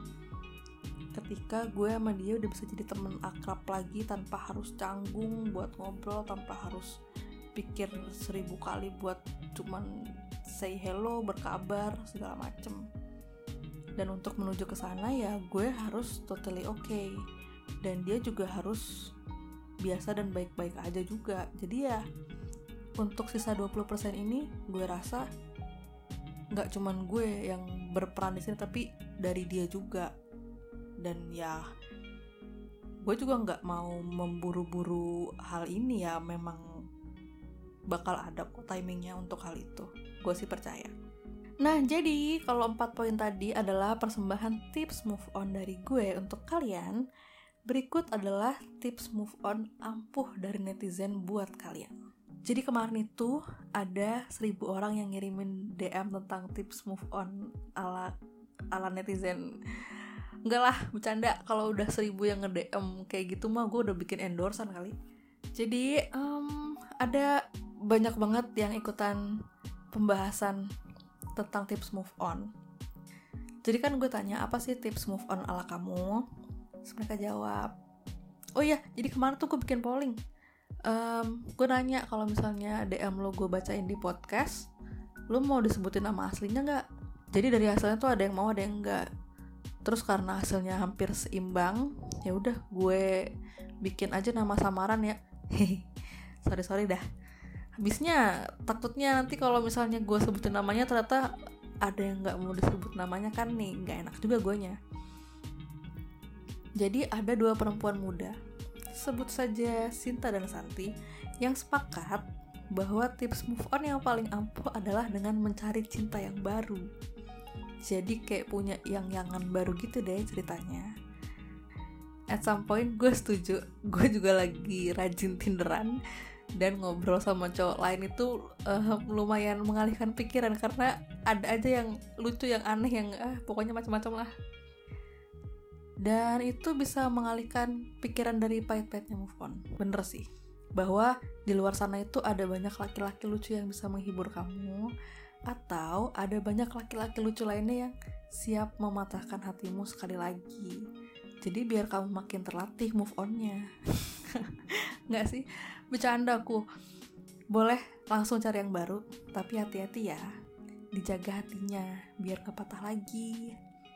Ketika gue sama dia udah bisa jadi temen akrab lagi tanpa harus canggung buat ngobrol, tanpa harus pikir seribu kali buat cuman say hello, berkabar, segala macem. Dan untuk menuju ke sana ya gue harus totally okay, dan dia juga harus biasa dan baik-baik aja juga. Jadi ya untuk sisa dua puluh persen ini gue rasa nggak cuman gue yang berperan di sini, tapi dari dia juga. Dan ya gue juga nggak mau memburu-buru hal ini, ya memang bakal ada kok timingnya untuk hal itu, gue sih percaya. Nah, jadi kalau empat poin tadi adalah persembahan tips move on dari gue untuk kalian, berikut adalah tips move on ampuh dari netizen buat kalian. Jadi kemarin itu ada seribu orang yang ngirimin D M tentang tips move on ala ala netizen. Enggak lah, bercanda. Kalau udah seribu yang nge-D M kayak gitu mah gue udah bikin endorsean kali. Jadi um, ada banyak banget yang ikutan pembahasan tentang tips move on. Jadi kan gue tanya, apa sih tips move on ala kamu? Terus mereka jawab. Oh iya, jadi kemarin tuh gue bikin polling. Um, gue nanya kalau misalnya D M lo gue bacain di podcast, lo mau disebutin nama aslinya gak? Jadi dari hasilnya tuh ada yang mau, ada yang enggak. Terus karena hasilnya hampir seimbang, ya udah gue bikin aja nama samaran ya. sorry sorry dah. Habisnya takutnya nanti kalau misalnya gue sebutin namanya ternyata ada yang nggak mau disebut namanya, kan nih nggak enak juga guenya. Jadi ada dua perempuan muda, sebut saja Sinta dan Santi, yang sepakat bahwa tips move on yang paling ampuh adalah dengan mencari cinta yang baru. Jadi kayak punya yang-yangan baru gitu deh ceritanya. At some point gue setuju, gue juga lagi rajin Tinderan, dan ngobrol sama cowok lain itu uh, lumayan mengalihkan pikiran, karena ada aja yang lucu, yang aneh, yang ah, pokoknya macam-macam lah. Dan itu bisa mengalihkan pikiran dari pahit-pahitnya move on. Bener sih, bahwa di luar sana itu ada banyak laki-laki lucu yang bisa menghibur kamu, atau ada banyak laki-laki lucu lainnya yang siap mematahkan hatimu sekali lagi. Jadi biar kamu makin terlatih move on-nya. Nggak sih? Bercanda aku. Boleh langsung cari yang baru, tapi hati-hati ya. Dijaga hatinya biar gak patah lagi.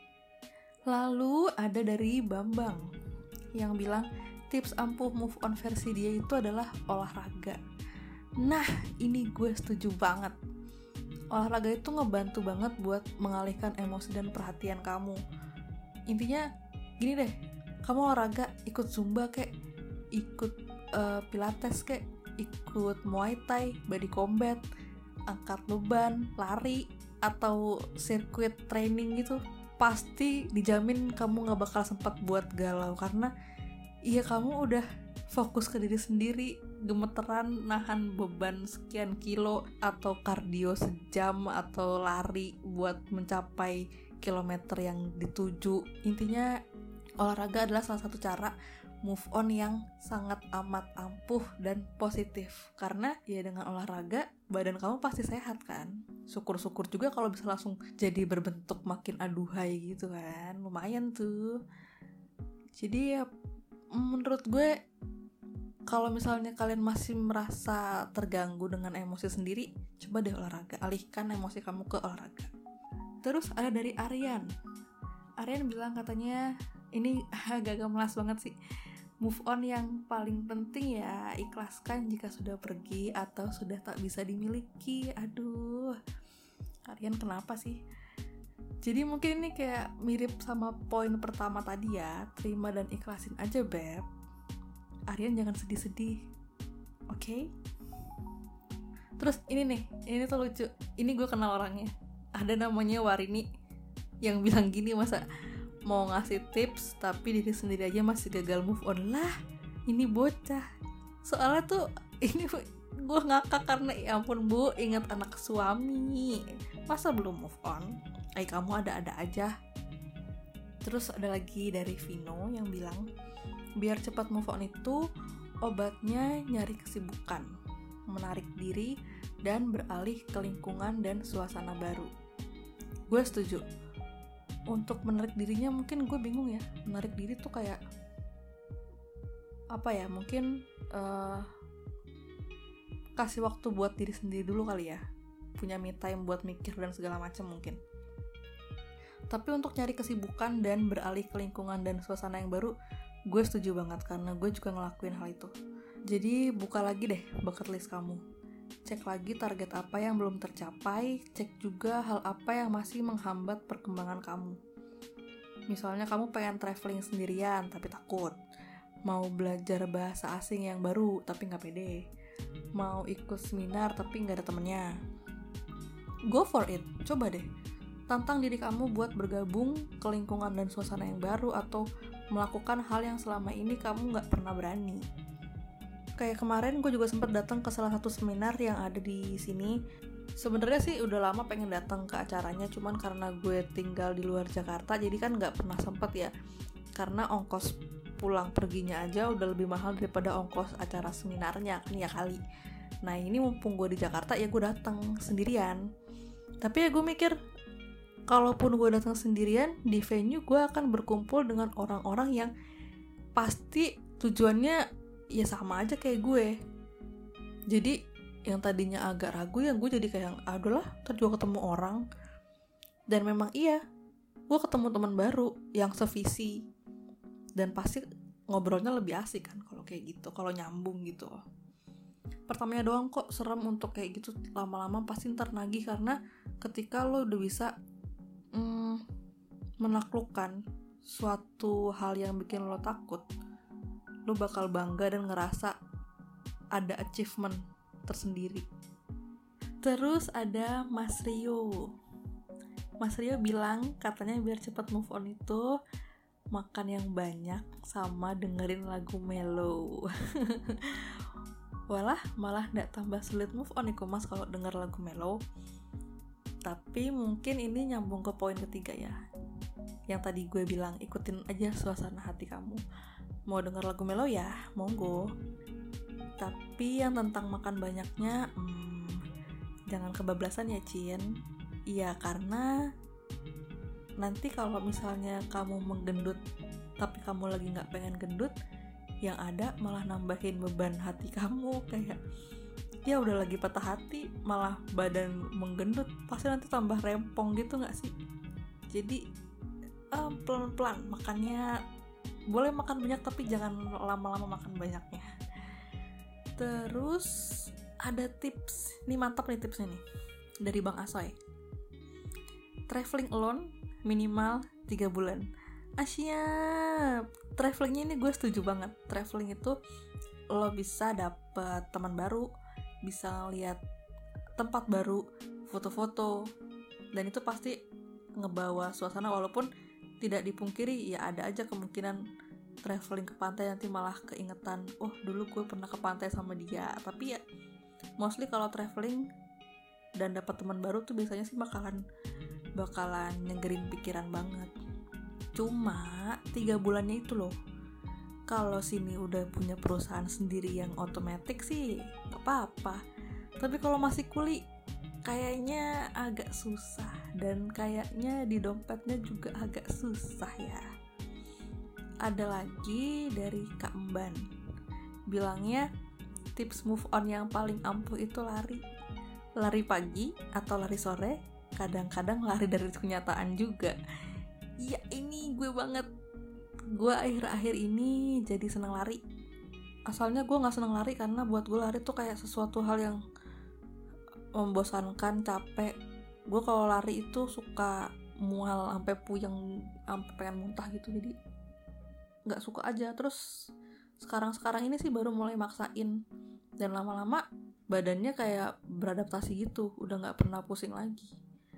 Lalu ada dari Bambang yang bilang tips ampuh move on versi dia itu adalah olahraga. Nah, ini gue setuju banget. Olahraga itu ngebantu banget buat mengalihkan emosi dan perhatian kamu. Intinya gini deh, kamu olahraga, ikut Zumba kek, ikut uh, Pilates kek, ikut Muay Thai, body combat, angkat beban, lari, atau sirkuit training gitu, pasti dijamin kamu gak bakal sempat buat galau, karena iya kamu udah fokus ke diri sendiri, gemeteran nahan beban sekian kilo, atau kardio sejam, atau lari buat mencapai kilometer yang dituju. Intinya olahraga adalah salah satu cara move on yang sangat amat ampuh dan positif, karena ya dengan olahraga badan kamu pasti sehat kan. Syukur-syukur juga kalau bisa langsung jadi berbentuk makin aduhai gitu kan, lumayan tuh. Jadi ya menurut gue, kalau misalnya kalian masih merasa terganggu dengan emosi sendiri, coba deh olahraga, alihkan emosi kamu ke olahraga. Terus ada dari Aryan. Aryan bilang katanya, ini agak gemelas banget sih, move on yang paling penting ya ikhlaskan jika sudah pergi atau sudah tak bisa dimiliki. Aduh, Aryan kenapa sih? Jadi mungkin ini kayak mirip sama poin pertama tadi ya, terima dan ikhlasin aja beb. Aryan jangan sedih-sedih, oke? Okay? Terus ini nih, ini tuh lucu, ini gue kenal orangnya, ada namanya Warini, yang bilang gini, masa mau ngasih tips tapi diri sendiri aja masih gagal move on lah, ini bocah. Soalnya tuh ini gue ngakak karena ya ampun bu, ingat anak suami, masa belum move on? Eh kamu ada-ada aja. Terus ada lagi dari Vino yang bilang, biar cepat move on itu obatnya nyari kesibukan, menarik diri dan beralih ke lingkungan dan suasana baru. Gue setuju. Untuk menarik dirinya mungkin gue bingung ya, menarik diri tuh kayak apa ya, mungkin uh, kasih waktu buat diri sendiri dulu kali ya, punya me time buat mikir dan segala macam mungkin. Tapi untuk nyari kesibukan dan beralih ke lingkungan dan suasana yang baru, gue setuju banget karena gue juga ngelakuin hal itu. Jadi buka lagi deh bucket list kamu, cek lagi target apa yang belum tercapai, cek juga hal apa yang masih menghambat perkembangan kamu. Misalnya kamu pengen traveling sendirian tapi takut, mau belajar bahasa asing yang baru tapi gak pede, mau ikut seminar tapi gak ada temennya. Go for it, coba deh. Tantang diri kamu buat bergabung ke lingkungan dan suasana yang baru, atau melakukan hal yang selama ini kamu gak pernah berani. Kayak kemarin gue juga sempat datang ke salah satu seminar yang ada di sini. Sebenarnya sih udah lama pengen datang ke acaranya, cuman karena gue tinggal di luar Jakarta jadi kan nggak pernah sempat ya. Karena ongkos pulang perginya aja udah lebih mahal daripada ongkos acara seminarnya kan ya kali. Nah ini mumpung gue di Jakarta ya gue datang sendirian. Tapi ya gue mikir, kalaupun gue datang sendirian, di venue gue akan berkumpul dengan orang-orang yang pasti tujuannya ya sama aja kayak gue. Jadi yang tadinya agak ragu, yang gue jadi kayak aduh lah, ntar juga ketemu orang. Dan memang iya, gue ketemu teman baru yang sevisi, dan pasti ngobrolnya lebih asik kan kalau kayak gitu, kalau nyambung gitu. Pertamanya doang kok serem untuk kayak gitu, lama-lama pasti ntar nagih, karena ketika lo udah bisa mm, menaklukkan suatu hal yang bikin lo takut, lo bakal bangga dan ngerasa ada achievement tersendiri. Terus ada Mas Rio. Mas Rio bilang katanya biar cepat move on itu makan yang banyak sama dengerin lagu mellow. Walah, malah gak tambah sulit move on nih mas kalau denger lagu mellow. Tapi mungkin ini nyambung ke poin ketiga ya, yang tadi gue bilang, ikutin aja suasana hati kamu. Mau denger lagu mellow ya, monggo. Tapi yang tentang makan banyaknya, hmm, jangan kebablasan ya Cin. Iya, karena nanti kalau misalnya kamu menggendut tapi kamu lagi gak pengen gendut, yang ada malah nambahin beban hati kamu. Kayak ya udah lagi patah hati malah badan menggendut, pasti nanti tambah rempong gitu gak sih? Jadi um, pelan-pelan makannya, boleh makan banyak tapi jangan lama-lama makan banyaknya. Terus ada tips, ini mantap nih tipsnya nih, dari Bang Asoy. Traveling alone minimal tiga bulan. Asyap, travelingnya ini gue setuju banget. Traveling itu lo bisa dapet teman baru, bisa lihat tempat baru, foto-foto, dan itu pasti ngebawa suasana. Walaupun tidak dipungkiri ya ada aja kemungkinan traveling ke pantai nanti malah keingetan, oh dulu gue pernah ke pantai sama dia. Tapi ya mostly kalau traveling dan dapat teman baru tuh biasanya sih bakalan bakalan nyegerin pikiran banget. Cuma tiga bulannya itu loh, kalau sini udah punya perusahaan sendiri yang otomatis sih gak apa-apa. Tapi kalau masih kuli kayaknya agak susah, dan kayaknya di dompetnya juga agak susah ya. Ada lagi dari Kak Mban, bilangnya tips move on yang paling ampuh itu lari. Lari pagi atau lari sore, kadang-kadang lari dari kenyataan juga. Ya ini gue banget. Gue akhir-akhir ini jadi senang lari. Asalnya gue gak senang lari karena buat gue lari tuh kayak sesuatu hal yang membosankan, capek. Gue kalau lari itu suka mual sampai puyeng, sampai pengen muntah gitu. Jadi gak suka aja. Terus sekarang-sekarang ini sih baru mulai maksain, dan lama-lama badannya kayak beradaptasi gitu, udah gak pernah pusing lagi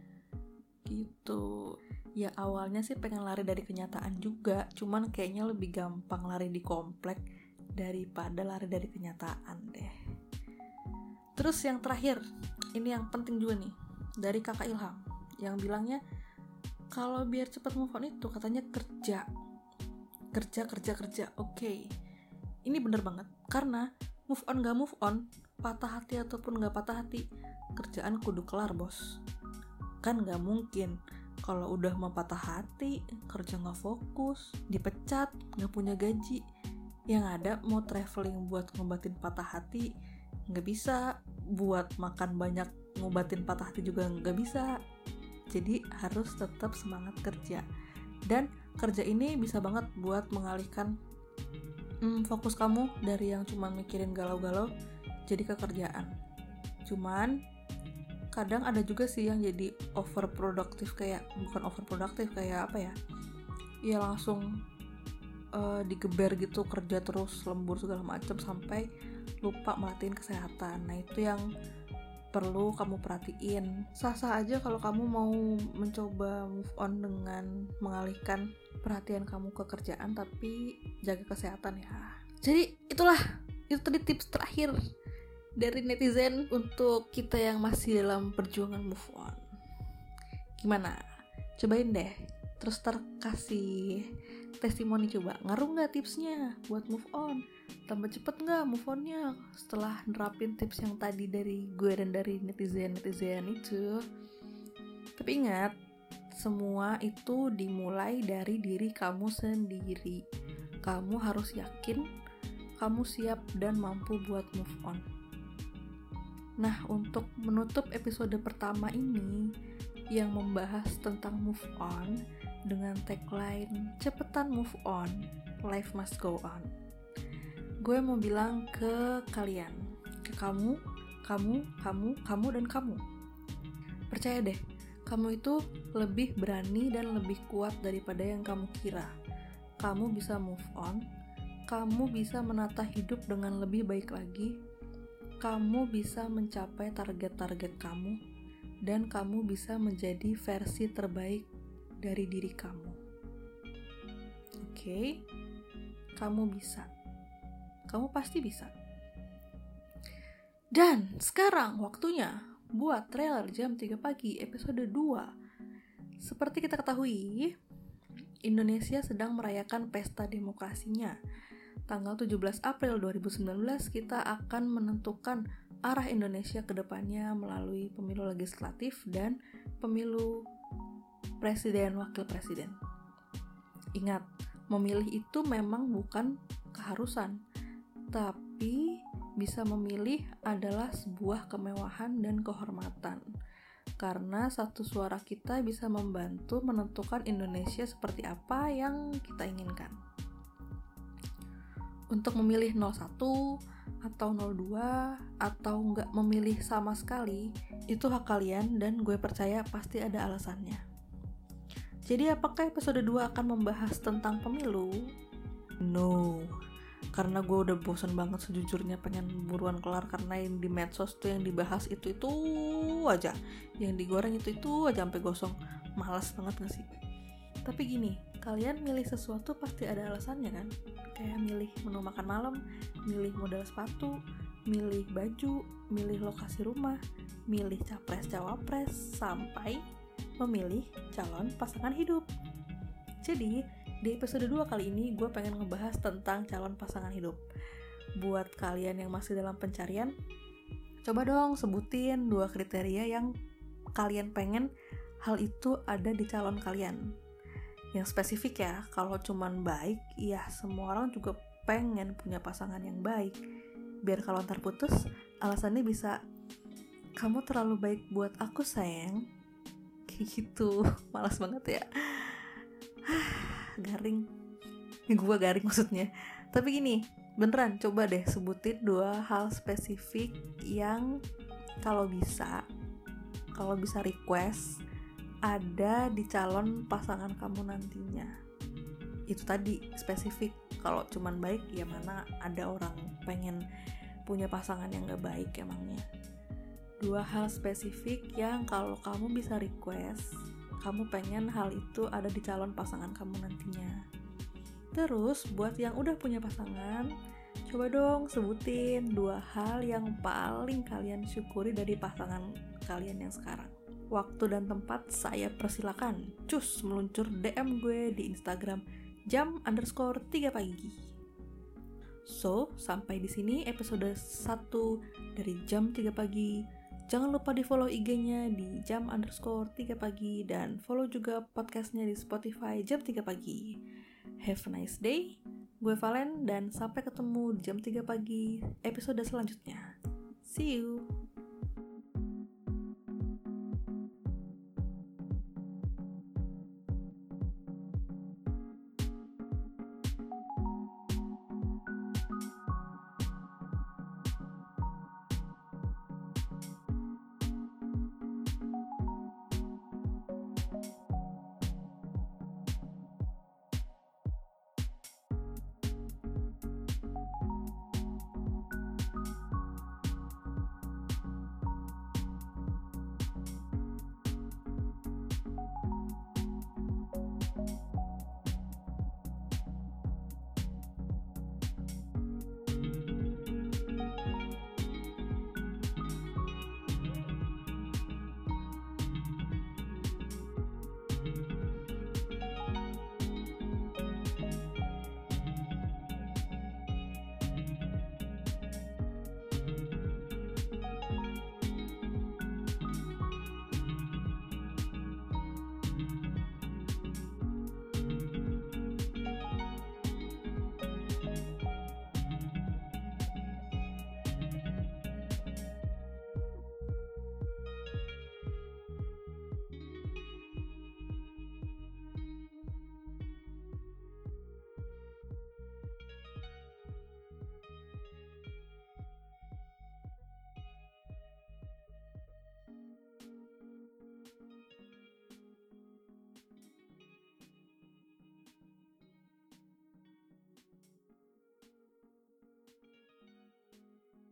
gitu. Ya awalnya sih pengen lari dari kenyataan juga, cuman kayaknya lebih gampang lari di komplek daripada lari dari kenyataan deh. Terus yang terakhir, ini yang penting juga nih, dari Kakak Ilham, yang bilangnya kalau biar cepat move on itu katanya kerja kerja kerja kerja. Oke, okay. Ini bener banget, karena move on gak move on, patah hati ataupun gak patah hati, kerjaan kudu kelar bos. Kan gak mungkin kalau udah mau patah hati, kerja gak fokus, dipecat, gak punya gaji. Yang ada mau traveling buat ngobatin patah hati gak bisa, buat makan banyak ngobatin patah hati juga gak bisa. Jadi harus tetap semangat kerja. Dan kerja ini bisa banget buat mengalihkan hmm, fokus kamu dari yang cuma mikirin galau-galau jadi ke kerjaan. Cuman kadang ada juga sih yang jadi overproduktif, kayak bukan overproduktif, kayak apa ya, ya langsung uh, digeber gitu, kerja terus lembur segala macam sampai lupa merhatiin kesehatan. Nah itu yang perlu kamu perhatiin. Sah-sah aja kalau kamu mau mencoba move on dengan mengalihkan perhatian kamu ke kerjaan, tapi jaga kesehatan ya. Jadi itulah, itu tadi tips terakhir dari netizen untuk kita yang masih dalam perjuangan move on. Gimana? Cobain deh. Terus terkasih testimoni coba. Ngaruh gak tipsnya buat move on? Tambah cepet gak move on-nya setelah nerapin tips yang tadi dari gue dan dari netizen-netizen itu? Tapi ingat, semua itu dimulai dari diri kamu sendiri. Kamu harus yakin kamu siap dan mampu buat move on. Nah, untuk menutup episode pertama ini yang membahas tentang move on dengan tagline cepetan move on, life must go on, gue mau bilang ke kalian, ke kamu, kamu, kamu, kamu, dan kamu, percaya deh, Kamu itu lebih berani dan lebih kuat daripada yang kamu kira. Kamu bisa move on, kamu bisa menata hidup dengan lebih baik lagi, kamu bisa mencapai target-target kamu, dan kamu bisa menjadi versi terbaik dari diri kamu. Oke, okay? Kamu bisa. Kamu pasti bisa. Dan sekarang waktunya buat trailer jam tiga pagi episode dua. Seperti kita ketahui, Indonesia sedang merayakan pesta demokrasinya. Tanggal tujuh belas April dua ribu sembilan belas kita akan menentukan arah Indonesia ke depannya melalui pemilu legislatif dan pemilu presiden wakil presiden. Ingat, memilih itu memang bukan keharusan, tapi bisa memilih adalah sebuah kemewahan dan kehormatan. Karena satu suara kita bisa membantu menentukan Indonesia seperti apa yang kita inginkan. Untuk memilih nol satu atau nol dua atau nggak memilih sama sekali, itu hak kalian dan gue percaya pasti ada alasannya. Jadi apakah episode dua akan membahas tentang pemilu? No, karena gue udah bosan banget sejujurnya, pengen buruan kelar karena yang di medsos tuh yang dibahas itu-itu aja, yang digoreng itu-itu aja sampai gosong. Malas banget gak sih? Tapi gini, kalian milih sesuatu pasti ada alasannya kan? Kayak milih menu makan malam, milih model sepatu, milih baju, milih lokasi rumah, milih capres-cawapres, sampai memilih calon pasangan hidup. Jadi, di episode dua kali ini gue pengen ngebahas tentang calon pasangan hidup. Buat kalian yang masih dalam pencarian, coba dong sebutin dua kriteria yang kalian pengen hal itu ada di calon kalian. Yang spesifik ya, kalau cuman baik, ya semua orang juga pengen punya pasangan yang baik. Biar kalau ntar putus, alasannya bisa, kamu terlalu baik buat aku sayang. Kayak gitu, malas banget ya. Garing, gue garing maksudnya. Tapi gini, beneran coba deh sebutin dua hal spesifik yang kalau bisa, kalau bisa request ada di calon pasangan kamu nantinya. Itu tadi spesifik. Kalau cuman baik, ya mana ada orang pengen punya pasangan yang gak baik emangnya. Dua hal spesifik yang kalau kamu bisa request, kamu pengen hal itu ada di calon pasangan kamu nantinya. Terus buat yang udah punya pasangan, coba dong sebutin dua hal yang paling kalian syukuri dari pasangan kalian yang sekarang. Waktu dan tempat saya persilakan. Cus meluncur D M gue di Instagram jam underscore tiga pagi. So, sampai di sini episode satu dari jam tiga pagi. Jangan lupa di follow I G-nya di jam underscore tiga pagi dan follow juga podcastnya di Spotify jam tiga pagi. Have a nice day. Gue Valen dan sampai ketemu di jam tiga pagi episode selanjutnya. See you.